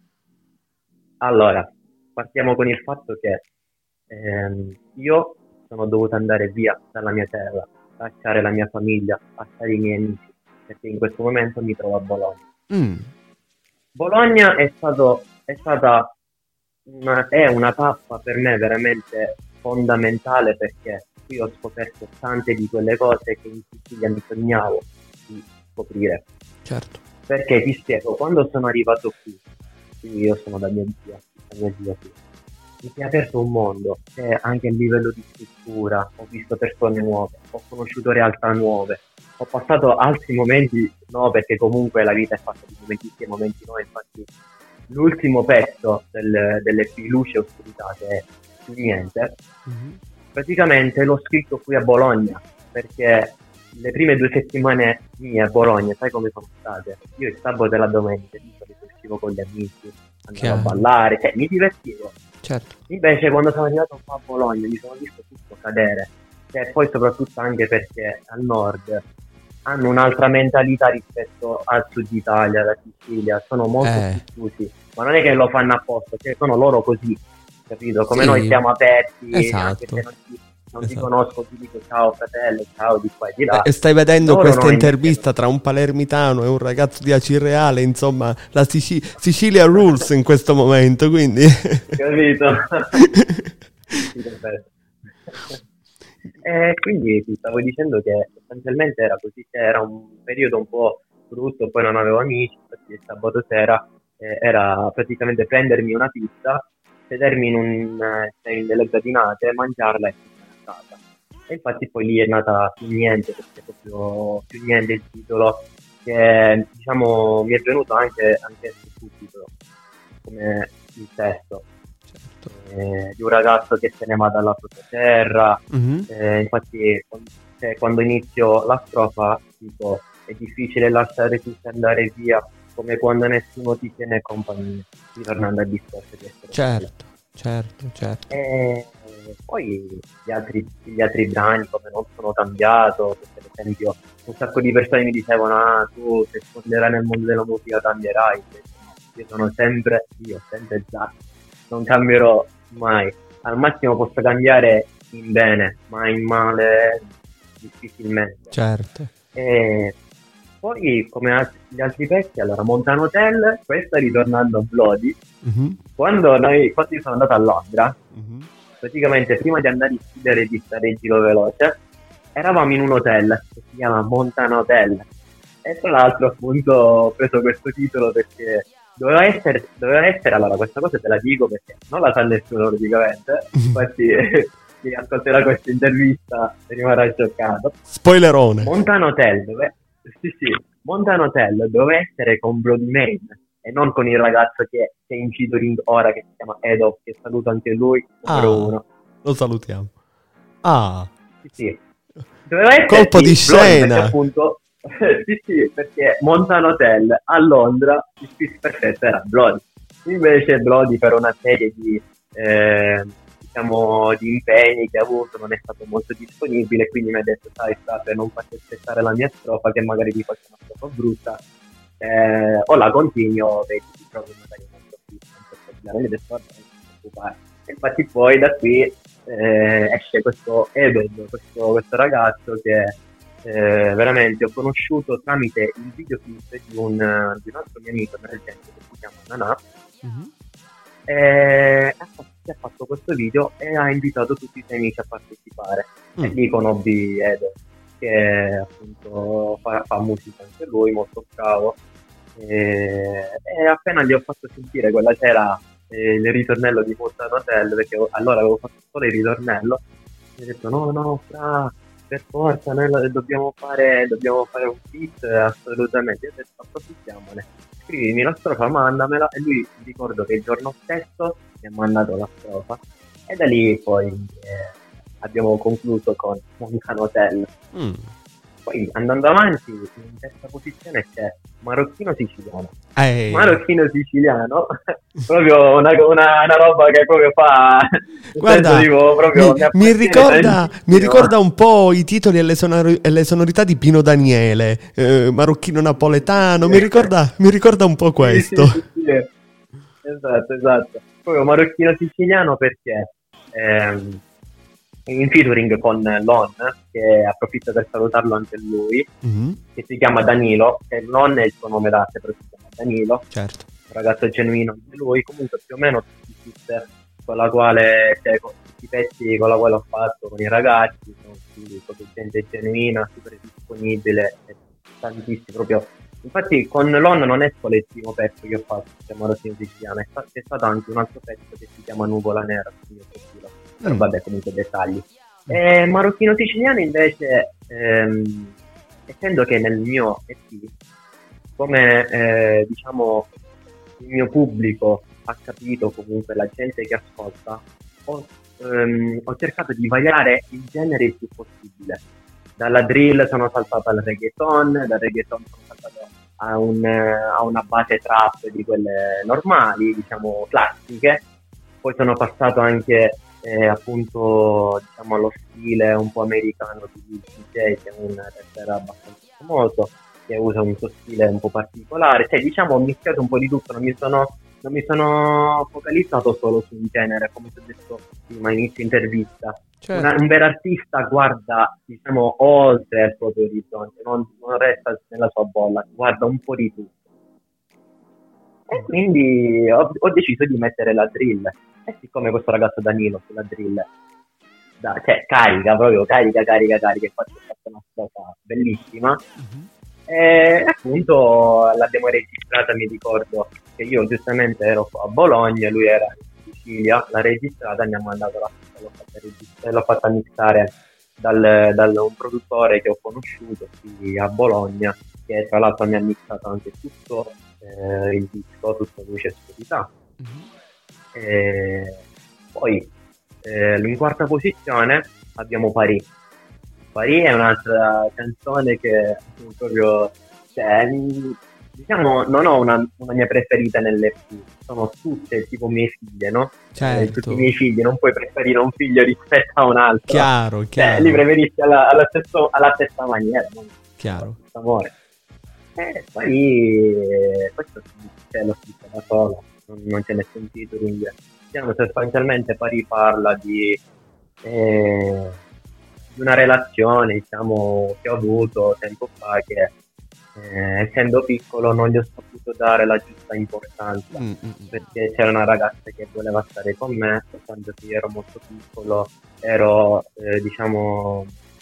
Allora, partiamo con il fatto che ehm, io sono dovuto andare via dalla mia terra, lasciare la mia famiglia, lasciare i miei amici, perché in questo momento mi trovo a Bologna. Mm. Bologna è stato è stata una, è una tappa per me veramente fondamentale, perché qui ho scoperto tante di quelle cose che in Sicilia mi sognavo di scoprire. Certo. perché ti spiego, quando sono arrivato qui, quindi io sono da mia zia, da mia zia qui, mi si è aperto un mondo, cioè anche a livello di scrittura, ho visto persone nuove, ho conosciuto realtà nuove, ho passato altri momenti, no, perché comunque la vita è fatta di momenti sì e momenti no, infatti l'ultimo pezzo del, delle Luce e Oscurità, che è Più Niente, mm-hmm. praticamente l'ho scritto qui a Bologna, perché le prime due settimane mie a Bologna, sai come sono state? Io il sabato e la domenica di solito uscivo con gli amici, andavo Chiaro. a ballare, cioè mi divertivo. Certo. Invece quando sono arrivato qua a Bologna mi sono visto tutto cadere, e poi soprattutto anche perché al nord hanno un'altra mentalità rispetto al sud Italia, alla Sicilia, sono molto eh. chiusi, ma non è che lo fanno apposta, cioè sono loro così, capito? Come sì. noi siamo aperti, esatto. anche se non ti, non esatto. ti conosco, ti dico ciao fratello, ciao di qua e di là. E stai vedendo loro questa intervista tra un palermitano e un ragazzo di Acireale, insomma, la Sicilia, Sicilia rules in questo momento, quindi... Capito? Sì, perfetto. E quindi ti stavo dicendo che sostanzialmente era così, era un periodo un po' brutto, poi non avevo amici, infatti il sabato sera eh, era praticamente prendermi una pizza, sedermi in, un, eh, in delle gradinate, mangiarla e tornare a casa. E infatti poi lì è nata Più Niente, perché proprio Più Niente il titolo, che diciamo mi è venuto anche, anche subito come il testo. Eh, di un ragazzo che se ne va dalla propria terra, mm-hmm. eh, infatti cioè, quando inizio la strofa dico è difficile lasciare tutti andare via come quando nessuno ti tiene compagnia, ritornando al discorso di essere certo, certo, certo. E poi gli altri, gli altri brani come Non sono cambiato, per esempio un sacco di persone mi dicevano ah tu se sfonderai nel mondo della musica cambierai, io sono sempre io, sempre esatto, non cambierò mai, al massimo posso cambiare in bene, ma in male difficilmente. Certo. E poi come altri, gli altri pezzi, allora Montano Hotel, questa ritornando a Bloody, mm-hmm. quando noi quando io sono andato a Londra, mm-hmm. praticamente prima di andare a chiudere di stare in giro veloce, eravamo in un hotel che si chiama Montano Hotel e tra l'altro appunto ho preso questo titolo perché Doveva essere, doveva essere, allora questa cosa te la dico perché non la sa nessuno praticamente, infatti chi ascolterà questa intervista rimarrà scioccato. Spoilerone. Montano Hotel, dove, sì sì, Montano Hotel doveva essere con Bloody Mary e non con il ragazzo che, che è in featuring ora, che si chiama Edo, che saluto anche lui, numero ah, uno. Lo salutiamo. Ah. Sì sì. Doveva essere colpo di scena. Bloody, appunto, sì sì, perché Montano Hotel a Londra il fit perfetto era Bloody, invece Bloody per una serie di eh, diciamo di impegni che ha avuto non è stato molto disponibile, quindi mi ha detto sai state non faccio aspettare la mia strofa che magari vi faccio una strofa brutta eh, o la continuo vedi ti trovi magari un altro fit non ho detto non ti preoccupare. Infatti poi da qui eh, esce questo Ebed, questo, questo ragazzo che Eh, veramente ho conosciuto tramite il videoclip di un, di un altro mio amico emergente che si chiama Nanà, mm-hmm. e ha fatto questo video e ha invitato tutti i suoi amici a partecipare mm. e lì conobbi Edo che appunto fa, fa musica anche lui, molto bravo e, e appena gli ho fatto sentire quella sera eh, il ritornello di Montano Hotel, perché allora avevo fatto solo il ritornello, mi ha detto no no fra per forza noi dobbiamo fare dobbiamo fare un feat assolutamente. Io ho detto approfittiamone, scrivimi la strofa, mandamela, e lui mi ricordo che il giorno stesso mi ha mandato la strofa e da lì poi eh, abbiamo concluso con Montano Hotel. mm. Poi andando avanti in terza posizione c'è Marocchino Siciliano. Ehi. Marocchino Siciliano proprio una, una, una roba che proprio fa guarda tipo, proprio mi, mi, ricorda, mi ricorda un po' i titoli e le, sonor- e le sonorità di Pino Daniele, eh, Marocchino Napoletano, mi ricorda, mi ricorda un po' questo. Sì, sì, sì, sì. Esatto, esatto. Proprio Marocchino Siciliano perché ehm, in featuring con Lon, che approfitto per salutarlo anche lui, mm-hmm. che si chiama Danilo, che non è il suo nome d'arte, però si chiama Danilo, certo. Un ragazzo genuino anche lui, comunque più o meno tutti i fit con la quale, cioè con tutti i pezzi con la quale ho fatto con i ragazzi, con, quindi, con gente genuina, super disponibile, tantissimi, proprio Infatti con l'On non è solo il primo pezzo che ho fatto, che è Maroccino Siciliano, è, c'è stato anche un altro pezzo che si chiama Nuvola Nera sul mio profilo, però mm. vabbè, comunque dettagli. E Marocchino Siciliano invece, ehm, essendo che nel mio E P, come eh, diciamo il mio pubblico ha capito, comunque la gente che ascolta, ho, ehm, ho cercato di variare il genere il più possibile. Dalla drill sono saltato al reggaeton, dal reggaeton sono saltato a, un, a una base trap di quelle normali, diciamo classiche, poi sono passato anche eh, appunto diciamo allo stile un po' americano di D J, che è un rapper abbastanza famoso, che usa un suo stile un po' particolare, cioè diciamo ho mischiato un po' di tutto, non mi sono, non mi sono focalizzato solo su un genere, come ti ho detto prima inizio intervista. Certo. Una, un vero artista guarda diciamo oltre il proprio orizzonte, non, non resta nella sua bolla, guarda un po' di tutto. E quindi ho, ho deciso di mettere la drill. E siccome questo ragazzo Danilo sulla drill da, cioè carica proprio, carica, carica, carica, e faccio una cosa bellissima. Mm-hmm. E appunto l'abbiamo registrata, mi ricordo che io giustamente ero a Bologna, lui era in Sicilia, l'ha registrata, mi ha mandato la l'ho fatta registrare, l'ho fatta mixare dal, dal un produttore che ho conosciuto qui a Bologna, che tra l'altro mi ha mixato anche tutto eh, il disco, tutto luce e oscurità. Mm-hmm. E poi eh, in quarta posizione abbiamo Paris. Paris è un'altra canzone che proprio, cioè, diciamo, non ho una, una mia preferita nelle P, sono tutte tipo mie figlie, no? Certo. Eh, tutti i miei figli, non puoi preferire un figlio rispetto a un altro. Chiaro, chiaro. Eh, li preferisci alla, alla, stesso, alla stessa maniera, no? Chiaro. Amore. E poi eh, questo c'è lo scritto da solo, non, non c'è nessun titolo in inglese. Diciamo, sostanzialmente Paris parla di, eh, di una relazione, diciamo, che ho avuto tempo fa, che Eh, essendo piccolo non gli ho saputo dare la giusta importanza, mm-hmm. perché c'era una ragazza che voleva stare con me quando io ero molto piccolo, ero eh, diciamo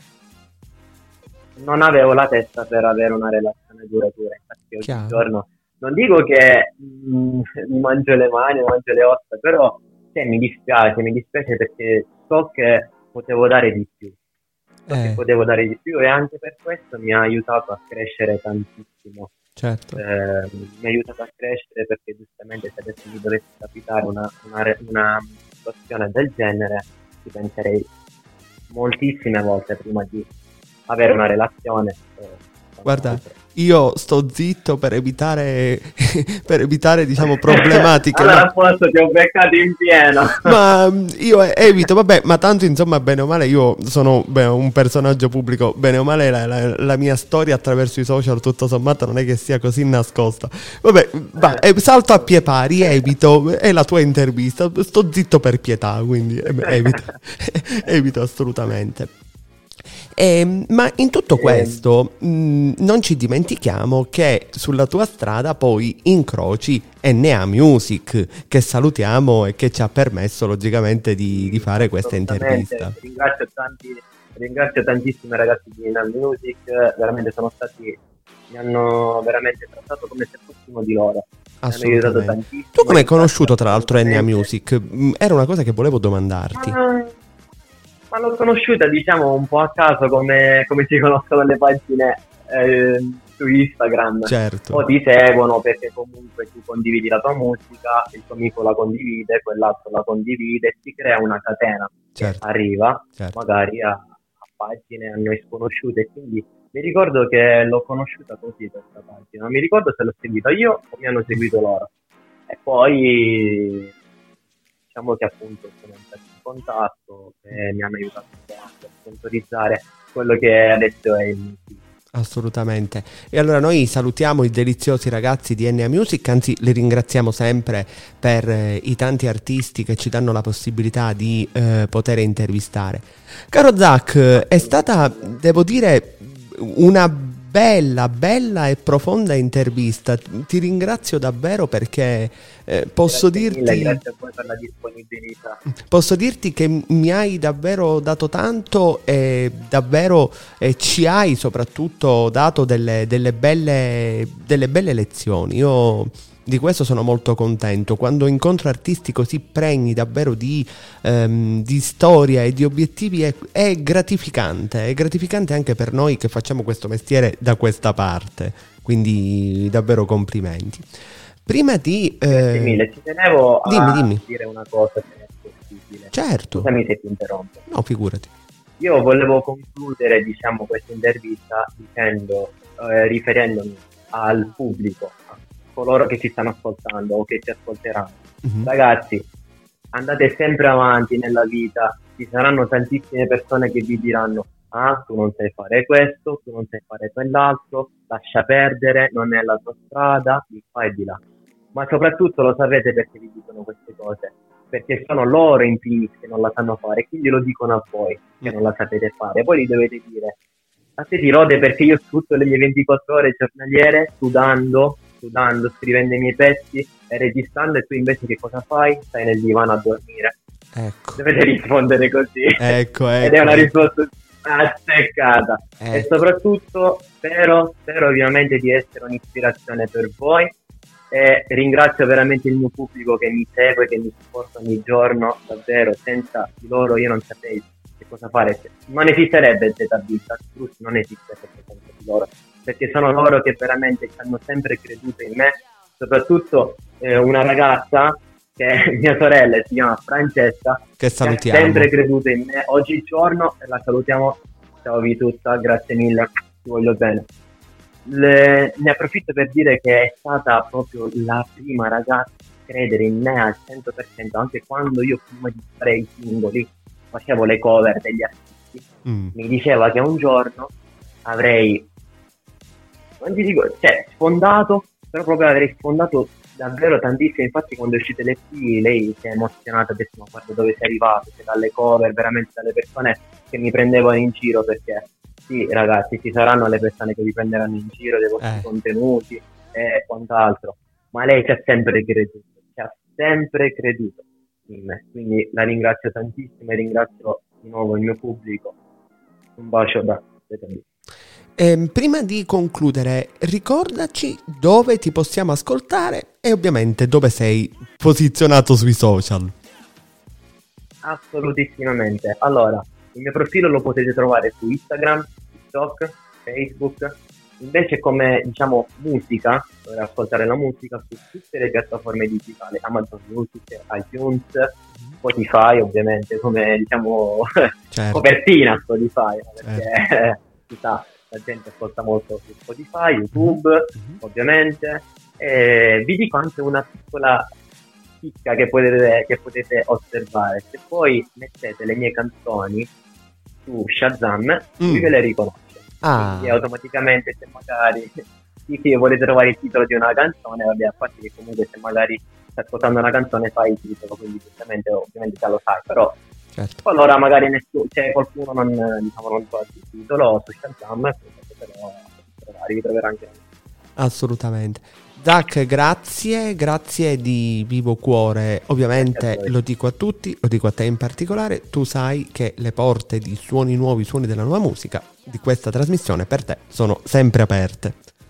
non avevo la testa per avere una relazione duratura. Infatti ogni giorno non dico che mh, mi mangio le mani, mi mangio le ossa, però cioè, mi dispiace, mi dispiace perché so che potevo dare di più. Che Eh. potevo dare di più, e anche per questo mi ha aiutato a crescere tantissimo. Certo. Eh, mi ha aiutato a crescere perché giustamente se adesso mi dovesse capitare una, una, una situazione del genere ci penserei moltissime volte prima di avere una relazione. Eh, Guarda, io sto zitto per evitare per evitare diciamo problematiche. Allora ma... posso, ti ho beccato in pieno. Ma io evito, vabbè, ma tanto insomma bene o male io sono beh, un personaggio pubblico, bene o male la, la, la mia storia attraverso i social tutto sommato non è che sia così nascosta. Vabbè, va, eh, salto a pie pari, evito, è la tua intervista, sto zitto per pietà, quindi evito, evito assolutamente. Eh, ma in tutto questo mh, non ci dimentichiamo che sulla tua strada poi incroci N A Music, che salutiamo e che ci ha permesso logicamente di, di fare questa intervista. Ringrazio, tanti, ringrazio tantissimi ragazzi di N A Music, veramente sono stati, mi hanno veramente trattato come se fossimo di loro. Mi hanno aiutato tantissimo. Tu come hai conosciuto tra l'altro N A Music? Era una cosa che volevo domandarti. Ah. Ma l'ho conosciuta diciamo un po' a caso, come, come si conoscono le pagine eh, su Instagram. Certo. O ti seguono perché comunque tu condividi la tua musica, il tuo amico la condivide, quell'altro la condivide e si crea una catena. Certo. Arriva certo. magari a, a pagine a noi sconosciute, quindi mi ricordo che l'ho conosciuta così questa pagina, non mi ricordo se l'ho seguita io o mi hanno seguito loro, e poi diciamo che appunto sono entrati in contatto e mi hanno aiutato a sponsorizzare quello che adesso è il mio sito. Assolutamente. E allora noi salutiamo i deliziosi ragazzi di N A Music, anzi li ringraziamo sempre per eh, i tanti artisti che ci danno la possibilità di eh, poter intervistare. Caro Zach, è stata, devo dire, una bella, bella e profonda intervista. Ti ringrazio davvero perché eh, posso grazie dirti mille, grazie a voi per la disponibilità. Posso dirti che mi hai davvero dato tanto e davvero eh, ci hai soprattutto dato delle, delle belle delle belle lezioni. Io di questo sono molto contento. Quando incontro artisti così pregni davvero di, ehm, di storia e di obiettivi è, è gratificante, è gratificante anche per noi che facciamo questo mestiere da questa parte, quindi davvero complimenti. Prima di... Eh... Grazie mille, ci tenevo a dimmi, dimmi. dire una cosa se è possibile. Certo. Scusami se ti interrompo. No, figurati. Io volevo concludere, diciamo, questa intervista dicendo, eh, riferendomi al pubblico, coloro che ci stanno ascoltando o che ci ascolteranno. Mm-hmm. Ragazzi, andate sempre avanti nella vita, ci saranno tantissime persone che vi diranno ah, tu non sai fare questo, tu non sai fare quell'altro, lascia perdere, non è la tua strada, di qua e di là. Ma soprattutto lo sapete perché vi dicono queste cose? Perché sono loro in primis che non la sanno fare, quindi lo dicono a voi che non la sapete fare. Voi gli dovete dire a te ti rode perché io sfrutto le mie ventiquattro ore giornaliere sudando sudando, scrivendo i miei pezzi e registrando, e tu invece che cosa fai? Stai nel divano a dormire. Ecco. Dovete rispondere così. Ecco, ecco. Ed è una risposta azzeccata. Ecco. E soprattutto spero, spero ovviamente di essere un'ispirazione per voi, e ringrazio veramente il mio pubblico che mi segue, che mi supporta ogni giorno, davvero, senza di loro io non saprei che cosa fare. Non esisterebbe Z B, non esiste senza di loro, perché sono loro che veramente hanno sempre creduto in me, soprattutto eh, una ragazza che è mia sorella, si chiama Francesca, che salutiamo, che ha sempre creduto in me oggigiorno, e la salutiamo. Ciao Vituzza, grazie mille, ti voglio bene. Le, ne approfitto per dire che è stata proprio la prima ragazza a credere in me al cento per cento, anche quando io prima di fare i singoli facevo le cover degli artisti, mm. mi diceva che un giorno avrei, non ti dico, cioè sfondato, però proprio avrei sfondato davvero tantissimo. Infatti quando è uscite le P lei si è emozionata, ha detto ma guarda dove sei arrivato, cioè, dalle cover, veramente dalle persone che mi prendevano in giro, perché sì ragazzi, ci saranno le persone che vi prenderanno in giro dei vostri eh. contenuti e quant'altro, ma lei ci ha sempre creduto, ci ha sempre creduto in me, quindi la ringrazio tantissimo e ringrazio di nuovo il mio pubblico. Un bacio da te. Eh, prima di concludere, ricordaci dove ti possiamo ascoltare e ovviamente dove sei posizionato sui social. Assolutissimamente. Allora, il mio profilo lo potete trovare su Instagram, TikTok, Facebook. Invece come, diciamo, musica, per ascoltare la musica su tutte le piattaforme digitali, Amazon Music, iTunes, Spotify ovviamente, come diciamo certo. copertina Spotify, perché certo. si sa, la gente ascolta molto su Spotify, YouTube, mm-hmm. ovviamente. E vi dico anche una piccola chicca che potete, che potete osservare: se poi mettete le mie canzoni su Shazam, mm. lui ve le riconosce. Ah. Quindi automaticamente, se magari sì, sì, volete trovare il titolo di una canzone, vabbè, a parte che comunque se magari stai ascoltando una canzone fai il titolo, quindi giustamente ovviamente già lo sai, però certo. allora magari nessuno, cioè qualcuno non, diciamo, non trova il titolo su Shazam, però vi troverà anche. Assolutamente. Zach, grazie, grazie di vivo cuore, ovviamente lo dico a tutti, lo dico a te in particolare, tu sai che le porte di Suoni Nuovi, Suoni della Nuova Musica, di questa trasmissione per te sono sempre aperte.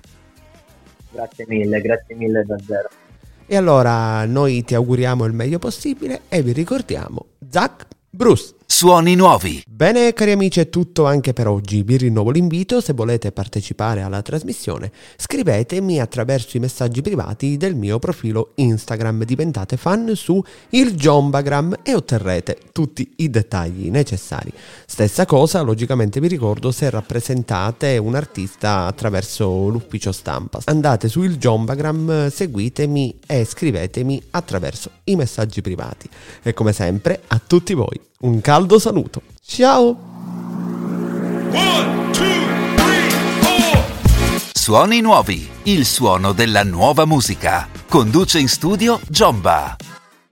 Grazie mille, grazie mille davvero. E allora noi ti auguriamo il meglio possibile e vi ricordiamo Zach Bruce. Suoni Nuovi. Bene cari amici, è tutto anche per oggi. Vi rinnovo l'invito: se volete partecipare alla trasmissione scrivetemi attraverso i messaggi privati del mio profilo Instagram, diventate fan su il Jombagram e otterrete tutti i dettagli necessari. Stessa cosa logicamente vi ricordo se rappresentate un artista attraverso l'ufficio stampa, andate su il Jombagram, seguitemi e scrivetemi attraverso i messaggi privati. E come sempre a tutti voi un caldo saluto. Ciao! One, two, three, four. Suoni Nuovi, il suono della nuova musica. Conduce in studio Jomba.